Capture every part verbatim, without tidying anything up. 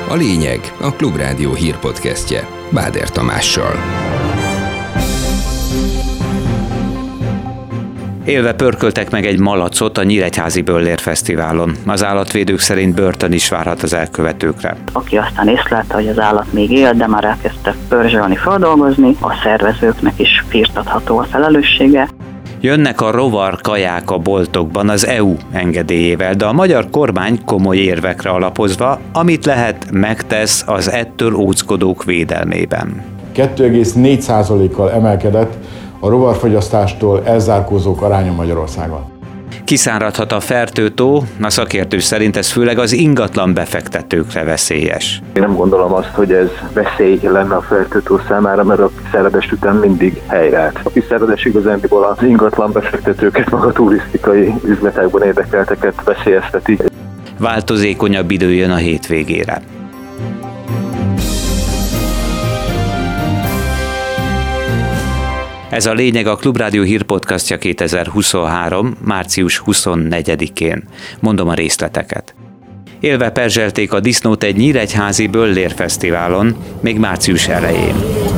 A lényeg a Klubrádió hírpodcastje Báder Tamással. Élve pörköltek meg egy malacot a Nyíregyházi Böllér Fesztiválon. Az állatvédők szerint börtön is várhat az elkövetőkre. Aki aztán észlelte, hogy az állat még él, de már elkezdte pörzsölni, feldolgozni, a szervezőknek is firtatható a felelőssége. Jönnek a rovar kaják a boltokban az é u engedélyével, de a magyar kormány komoly érvekre alapozva, amit lehet, megtesz az ettől óckodók védelmében. kettő egész négy százalékkal emelkedett a rovarfogyasztástól elzárkózók aránya Magyarországon. Kiszáradhat a fertőtó, a szakértő szerint ez főleg az ingatlan befektetőkre veszélyes. Én nem gondolom azt, hogy ez veszély lenne a fertőtó számára, mert a kiszáradás után mindig helyreállt. A kiszáradás igazándiból az ingatlan befektetőket, maga turisztikai üzletekben érdekelteket veszélyezteti. Változékonyabb idő jön a hétvégére. Ez a lényeg a Klubrádió hírpodcastja kétezer-huszonhárom. március huszonnegyedikén. Mondom a részleteket. Élve perzselték a disznót egy Nyíregyházi Böllér Fesztiválon, még március elején.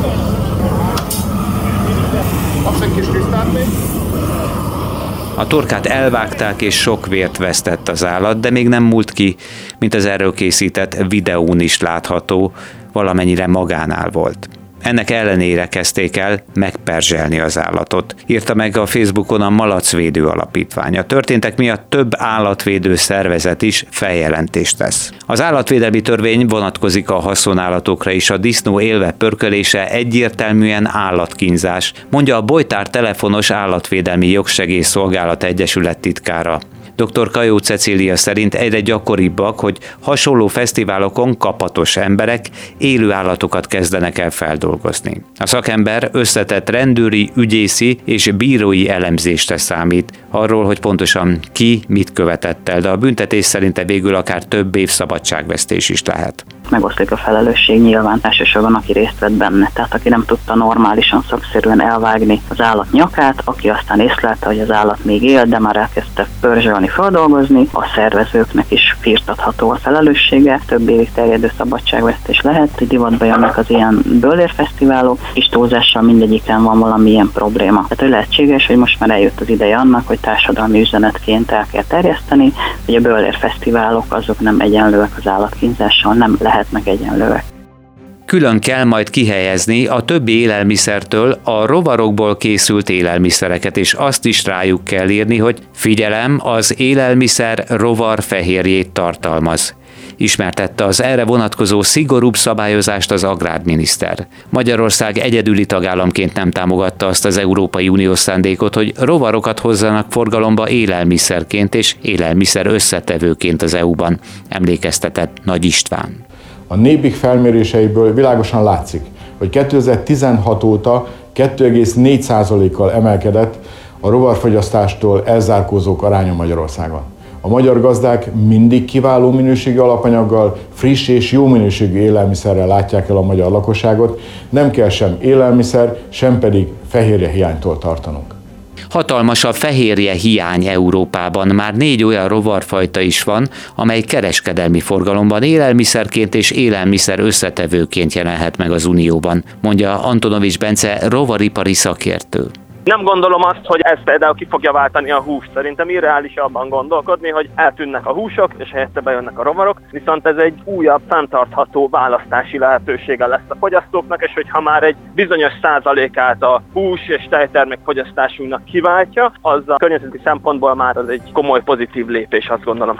A torkát elvágták és sok vért vesztett az állat, de még nem múlt ki, mint az erről készített videón is látható, valamennyire magánál volt. Ennek ellenére kezdték el megperzselni az állatot, írta meg a Facebookon a Malacvédő Alapítvány. A történtek miatt több állatvédő szervezet is feljelentést tesz. Az állatvédelmi törvény vonatkozik a haszonállatokra is, a disznó élve pörkölése egyértelműen állatkínzás, mondja a Bojtár Telefonos Állatvédelmi Jogsegélyszolgálat Egyesület titkára. doktor Kajó Cecília szerint egyre gyakoribbak, hogy hasonló fesztiválokon kapatos emberek élő állatokat kezdenek el feldolgozni. A szakember összetett rendőri, ügyészi és bírói elemzésre számít arról, hogy pontosan ki mit követett el, de a büntetés szerinte végül akár több év szabadságvesztés is lehet. Megoszlik a felelősség nyilván elsősorban, aki részt vett benne, tehát aki nem tudta normálisan, szakszerűen elvágni az állat nyakát, aki aztán észlelte, hogy az állat még él, de már elkezdte pörzsölni, feldolgozni, a szervezőknek is firtatható a felelőssége, több évig terjedő szabadságvesztés lehet, divatba jönnek az ilyen böllérfesztiválok, és túlzással mindegyiken van valamilyen probléma. Tehát lehetséges, hogy most már eljött az ideje annak, hogy társadalmi üzenetként el kell terjeszteni, hogy a böllérfesztiválok azok nem egyenlőek az állatkínzással, nem lehetnek egyenlőek. Külön kell majd kihelyezni a többi élelmiszertől a rovarokból készült élelmiszereket, és azt is rájuk kell írni, hogy figyelem, az élelmiszer rovar fehérjét tartalmaz. Ismertette az erre vonatkozó szigorúbb szabályozást az agrárminiszter. Magyarország egyedüli tagállamként nem támogatta azt az Európai Uniós szándékot, hogy rovarokat hozzanak forgalomba élelmiszerként és élelmiszer összetevőként az é u-ban, emlékeztetett Nagy István. A Nébik felméréseiből világosan látszik, hogy kétezer-tizenhat óta kettő egész négy százalékkal emelkedett a rovarfogyasztástól elzárkózók aránya Magyarországon. A magyar gazdák mindig kiváló minőségű alapanyaggal, friss és jó minőségű élelmiszerrel látják el a magyar lakosságot, nem kell sem élelmiszer, sem pedig fehérje hiánytól tartanunk. Hatalmas a fehérje hiány Európában, már négy olyan rovarfajta is van, amely kereskedelmi forgalomban élelmiszerként és élelmiszer összetevőként jelenhet meg az Unióban, mondja Antonovics Bence rovaripari szakértő. Nem gondolom azt, hogy ez például ki fogja váltani a húst. Szerintem irreális abban gondolkodni, hogy eltűnnek a húsok, és helyette bejönnek a rovarok, viszont ez egy újabb, fenntartható választási lehetősége lesz a fogyasztóknak, és hogyha már egy bizonyos százalékát a hús és tejtermék fogyasztásunknak kiváltja, az a környezeti szempontból már az egy komoly pozitív lépés, azt gondolom.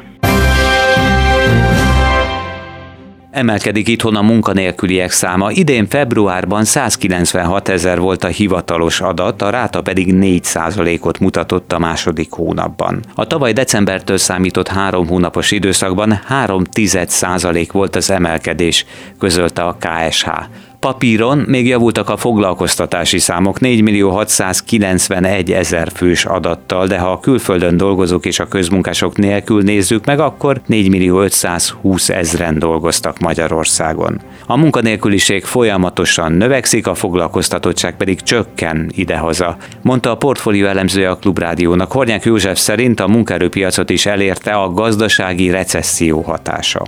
Emelkedik itthon a munkanélküliek száma. Idén februárban százkilencvenhat ezer volt a hivatalos adat, a ráta pedig négy százalékot mutatott a második hónapban. A tavaly decembertől számított három hónapos időszakban három tized százalék volt az emelkedés, közölte a ká es há. Papíron még javultak a foglalkoztatási számok négymillió hatszázkilencvenegy ezer fős adattal, de ha a külföldön dolgozók és a közmunkások nélkül nézzük meg, akkor négymillió ötszázhúsz ezren dolgoztak Magyarországon. A munkanélküliség folyamatosan növekszik, a foglalkoztatottság pedig csökken idehaza, mondta a portfólió elemzője a Klubrádiónak. Hornyák József szerint a munkaerőpiacot is elérte a gazdasági recesszió hatása.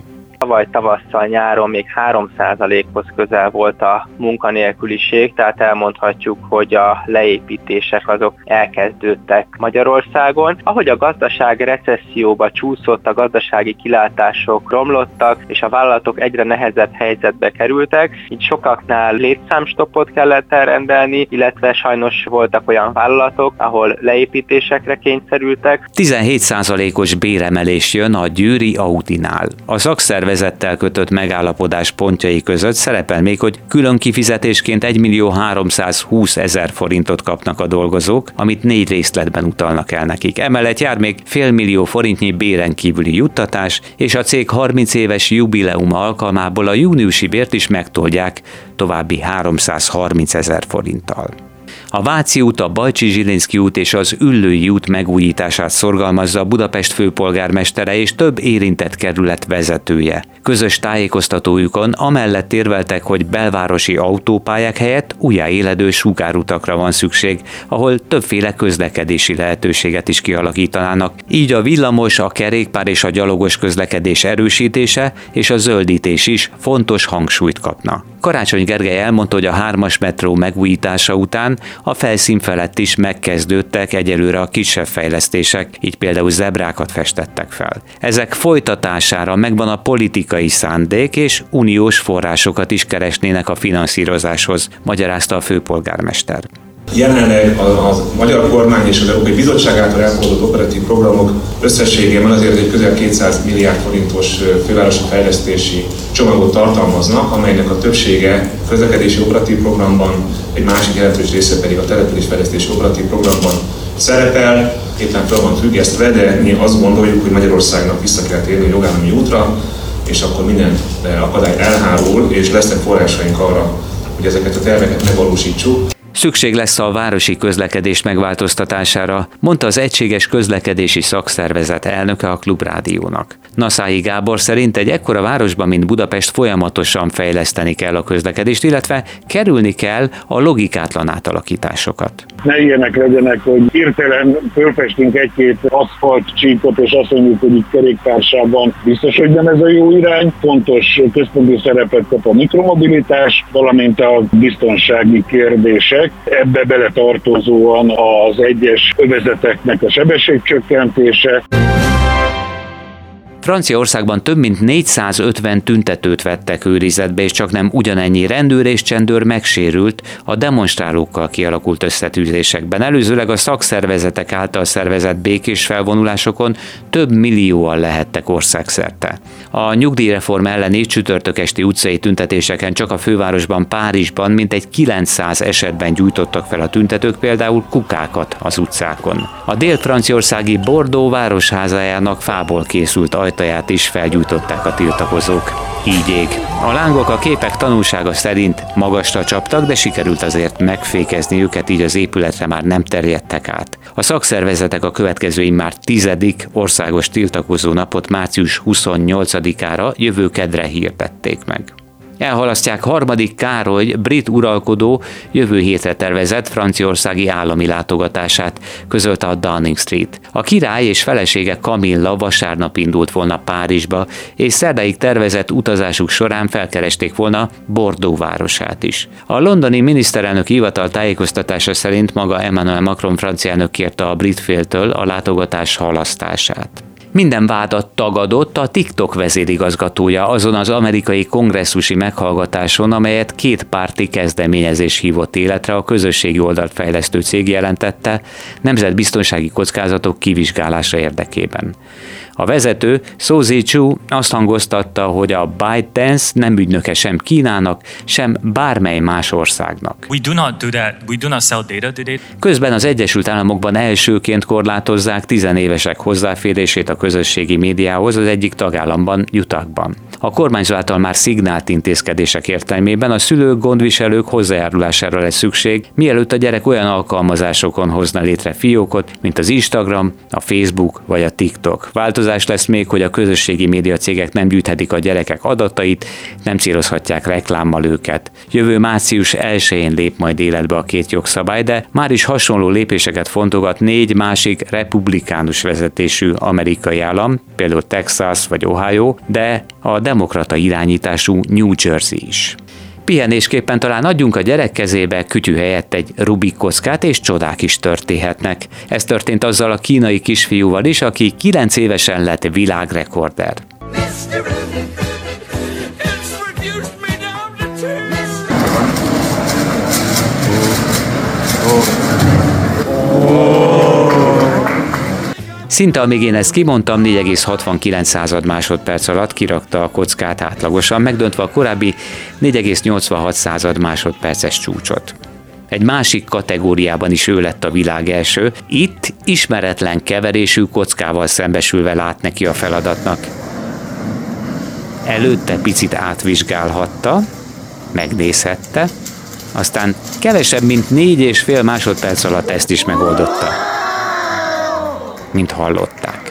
Tavaly tavasszal, nyáron még három százalékhoz közel volt a munkanélküliség, tehát elmondhatjuk, hogy a leépítések azok elkezdődtek Magyarországon. Ahogy a gazdaság recesszióba csúszott, a gazdasági kilátások romlottak, és a vállalatok egyre nehezebb helyzetbe kerültek, így sokaknál létszámstoppot kellett elrendelni, illetve sajnos voltak olyan vállalatok, ahol leépítésekre kényszerültek. tizenhét százalékos béremelés jön a Győri Audinál. A szakszervezettel kötött megállapodás pontjai között szerepel még, hogy külön kifizetésként egymillió háromszázhúsz ezer forintot kapnak a dolgozók, amit négy részletben utalnak el nekik. Emellett jár még félmillió forintnyi béren kívüli juttatás, és a cég harminc éves jubileuma alkalmából a júniusi bért is megtoldják további háromszázharminc ezer forinttal. A Váci út, a Bajcsy-Zsilinszky út és az Üllői út megújítását szorgalmazza a Budapest főpolgármestere és több érintett kerület vezetője. Közös tájékoztatójukon amellett érveltek, hogy belvárosi autópályák helyett újjáéledő sugárutakra van szükség, ahol többféle közlekedési lehetőséget is kialakítanának. Így a villamos, a kerékpár és a gyalogos közlekedés erősítése és a zöldítés is fontos hangsúlyt kapna. Karácsony Gergely elmondta, hogy a hármas metró megújítása után a felszín felett is megkezdődtek egyelőre a kisebb fejlesztések, így például zebrákat festettek fel. Ezek folytatására megvan a politikai szándék, és uniós forrásokat is keresnének a finanszírozáshoz, magyarázta a főpolgármester. Jelenleg a, a magyar kormány és az Európai Bizottság által elfogadott operatív programok összességében azért egy közel kétszáz milliárd forintos fővárosi fejlesztési csomagot tartalmaznak, amelynek a többsége közlekedési operatív programban, egy másik jelentős része pedig a településfejlesztési operatív programban szerepel. Éppen fel van függesztve, de mi azt gondoljuk, hogy Magyarországnak vissza kell térni a jogállami útra, és akkor minden akadály elhárul, és lesznek forrásaink arra, hogy ezeket a terveket megvalósítsuk. Szükség lesz a városi közlekedés megváltoztatására, mondta az Egységes Közlekedési Szakszervezet elnöke a Klubrádiónak. Naszályi Gábor szerint egy ekkora városban, mint Budapest, folyamatosan fejleszteni kell a közlekedést, illetve kerülni kell a logikátlan átalakításokat. Ne ilyenek legyenek, hogy hirtelen fölfestünk egy-két aszfalt csíkot, és azt mondjuk, hogy itt keréktársában biztos, hogy nem ez a jó irány. Fontos központi szerepet kap a mikromobilitás, valamint a biztonsági kérdések. Ebbe beletartozóan az egyes övezeteknek a sebességcsökkentése. Franciaországban több mint négyszázötven tüntetőt vettek őrizetbe, és csaknem ugyanennyi rendőr és csendőr megsérült a demonstrálókkal kialakult összetűzésekben. Előzőleg a szakszervezetek által szervezett békés felvonulásokon több millióan lehettek országszerte. A nyugdíjreform elleni csütörtök esti utcai tüntetéseken csak a fővárosban, Párizsban mintegy kilencszáz esetben gyújtottak fel a tüntetők például kukákat az utcákon. A dél-franciaországi Bordeaux városházájának fából készült ajtaját is felgyújtották a tiltakozók. Így ég. A lángok a képek tanúsága szerint magasra csaptak, de sikerült azért megfékezni őket, így az épületre már nem terjedtek át. A szakszervezetek a következő immár tizedik országos tiltakozó napot március huszonnyolcadikára jövő kedre hirdették meg. Elhalasztják harmadik Károly brit uralkodó jövő hétre tervezett franciaországi állami látogatását, közölte a Downing Street. A király és felesége Camilla vasárnap indult volna Párizsba, és szerdáig tervezett utazásuk során felkeresték volna Bordeaux városát is. A londoni miniszterelnök hivatal tájékoztatása szerint maga Emmanuel Macron francia elnök kérte a brit féltől a látogatás halasztását. Minden vádat tagadott a TikTok vezérigazgatója azon az amerikai kongresszusi meghallgatáson, amelyet két párti kezdeményezés hívott életre, a közösségi oldalt fejlesztő cég jelentette nemzetbiztonsági kockázatok kivizsgálása érdekében. A vezető, Suzy Chu azt hangoztatta, hogy a ByteDance nem ügynöke sem Kínának, sem bármely más országnak. We do not do that. We do not sell data today. Közben az Egyesült Államokban elsőként korlátozzák tizenévesek hozzáférését a közösségi médiához az egyik tagállamban, Utahban. A kormányzó által már szignált intézkedések értelmében a szülők, gondviselők hozzájárulására lesz szükség, mielőtt a gyerek olyan alkalmazásokon hozna létre fiókot, mint az Instagram, a Facebook vagy a TikTok. Változás Változás lesz még, hogy a közösségi média cégek nem gyűjthetik a gyerekek adatait, nem célozhatják reklámmal őket. Jövő március elsején lép majd életbe a két jogszabály, de már is hasonló lépéseket fontolgat négy másik republikánus vezetésű amerikai állam, például Texas vagy Ohio, de a demokrata irányítású New Jersey is. Pihenésképpen talán adjunk a gyerek kezébe kütyű helyett egy Rubik kockát, és csodák is történhetnek. Ez történt azzal a kínai kisfiúval is, aki kilenc évesen lett világrekorder. Szinte amíg én ezt kimondtam, négy egész hatvankilenc század másodperc alatt kirakta a kockát átlagosan, megdöntve a korábbi négy egész nyolcvanhat század másodperces csúcsot. Egy másik kategóriában is ő lett a világ első, itt ismeretlen keverésű kockával szembesülve lát neki a feladatnak. Előtte picit átvizsgálhatta, megnézhette, aztán kevesebb, mint négy és fél másodperc alatt ezt is megoldotta. Mint hallották.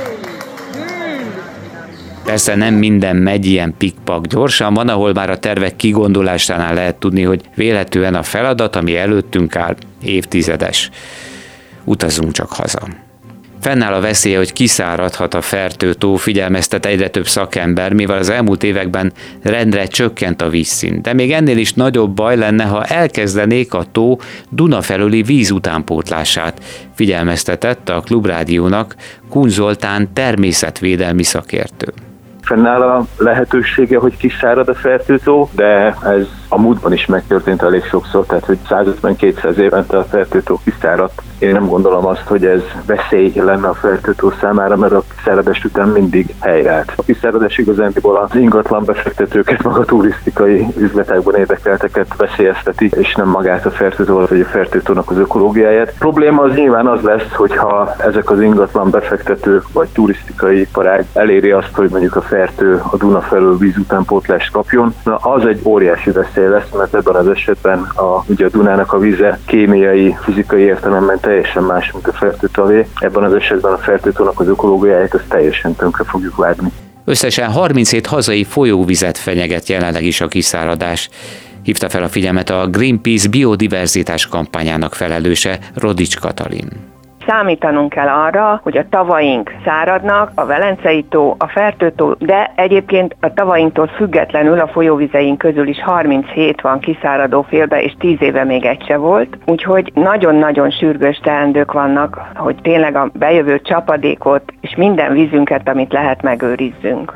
Persze nem minden megy ilyen pikpak gyorsan, van, ahol már a tervek kigondolásánál lehet tudni, hogy véletlenül a feladat, ami előttünk áll, évtizedes. Utazunk csak haza. Fennáll a veszélye, hogy kiszáradhat a Fertő-tó, figyelmeztet egyre több szakember, mivel az elmúlt években rendre csökkent a vízszint. De még ennél is nagyobb baj lenne, ha elkezdenék a tó Duna felőli víz utánpótlását, figyelmeztetett a Klubrádiónak Kun Zoltán természetvédelmi szakértő. Fennáll a lehetősége, hogy kiszárad a Fertő-tó, de ez a múltban is megtörtént elég sokszor, tehát hogy százötven-kétszáz évente a Fertő-tó kiszáradt. Én nem gondolom azt, hogy ez veszély lenne a Fertő-tó számára, mert a kiszáradás után mindig helyreállt. A kiszáradás igazándiból az ingatlan befektetőket, maga turisztikai üzletekben érdekelteket veszélyezteti, és nem magát a Fertő-tót, vagy a Fertő-tónak az ökológiáját. A probléma az nyilván az lesz, hogyha ezek az ingatlan befektetők, vagy turisztikai iparág eléri azt, hogy mondjuk a Fertő a Duna felől víz utánpótlást kapjon. Na, az egy óriási veszély lesz, mert ebben az esetben a, ugye a Dunának a víze kémiai, fizikai értelemben teljesen más, mint a Fertő-tavé. Ebben az esetben a Fertő-tónak az ökológiáját azt teljesen tönkre fogjuk vágni. Összesen harminchét hazai folyóvizet fenyeget jelenleg is a kiszáradás. Hívta fel a figyelmet a Greenpeace biodiverzitás kampányának felelőse, Rodics Katalin. Számítanunk kell arra, hogy a tavaink száradnak, a Velencei tó, a Fertő-tó, de egyébként a tavainktól függetlenül a folyóvizeink közül is harminchét van kiszáradó félbe, és tíz éve még egy se volt. Úgyhogy nagyon-nagyon sürgős teendők vannak, hogy tényleg a bejövő csapadékot és minden vízünket, amit lehet, megőrizzünk.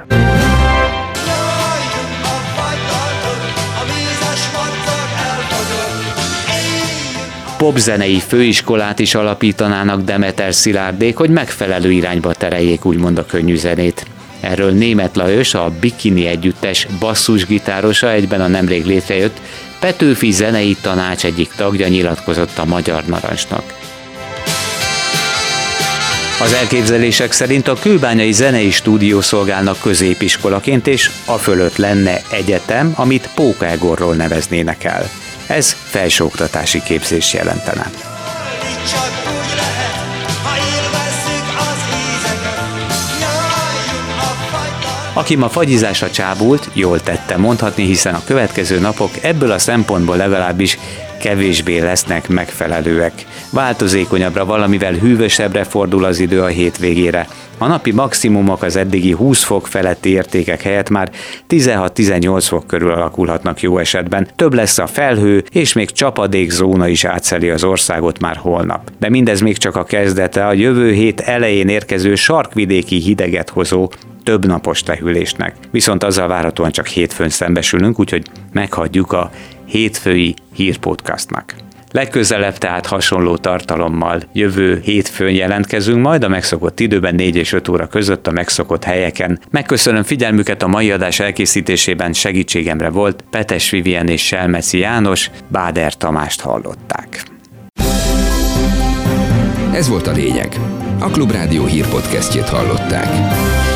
Popzenei főiskolát is alapítanának Demeter Szilárdék, hogy megfelelő irányba tereljék úgymond a könnyű zenét. Erről Németh Lajos, a Bikini együttes basszusgitárosa, egyben a nemrég létrejött Petőfi Zenei Tanács egyik tagja nyilatkozott a Magyar Narancsnak. Az elképzelések szerint a Kőbányai Zenei Stúdió szolgálnak középiskolaként, és afölött lenne egyetem, amit Póka Egorról neveznének el. Ez felsőoktatási képzés jelentene. Aki ma fagyizásra csábult, jól tette mondhatni, hiszen a következő napok ebből a szempontból legalábbis kevésbé lesznek megfelelőek. Változékonyabbra, valamivel hűvösebbre fordul az idő a hétvégére. A napi maximumok az eddigi húsz fok feletti értékek helyett már tizenhat-tizennyolc fok körül alakulhatnak jó esetben. Több lesz a felhő, és még csapadékzóna is átszeli az országot már holnap. De mindez még csak a kezdete, a jövő hét elején érkező sarkvidéki hideget hozó több napos lehűlésnek. Viszont azzal várhatóan csak hétfőn szembesülünk, úgyhogy meghagyjuk a hétfői hírpodcastnak. Legközelebb tehát hasonló tartalommal jövő hétfőn jelentkezünk, majd a megszokott időben négy és öt óra között a megszokott helyeken. Megköszönöm figyelmüket, a mai adás elkészítésében segítségemre volt Petes Vivien és Selmeci János, Báder Tamást hallották. Ez volt a lényeg. A Klubrádió hírpodcastjét hallották.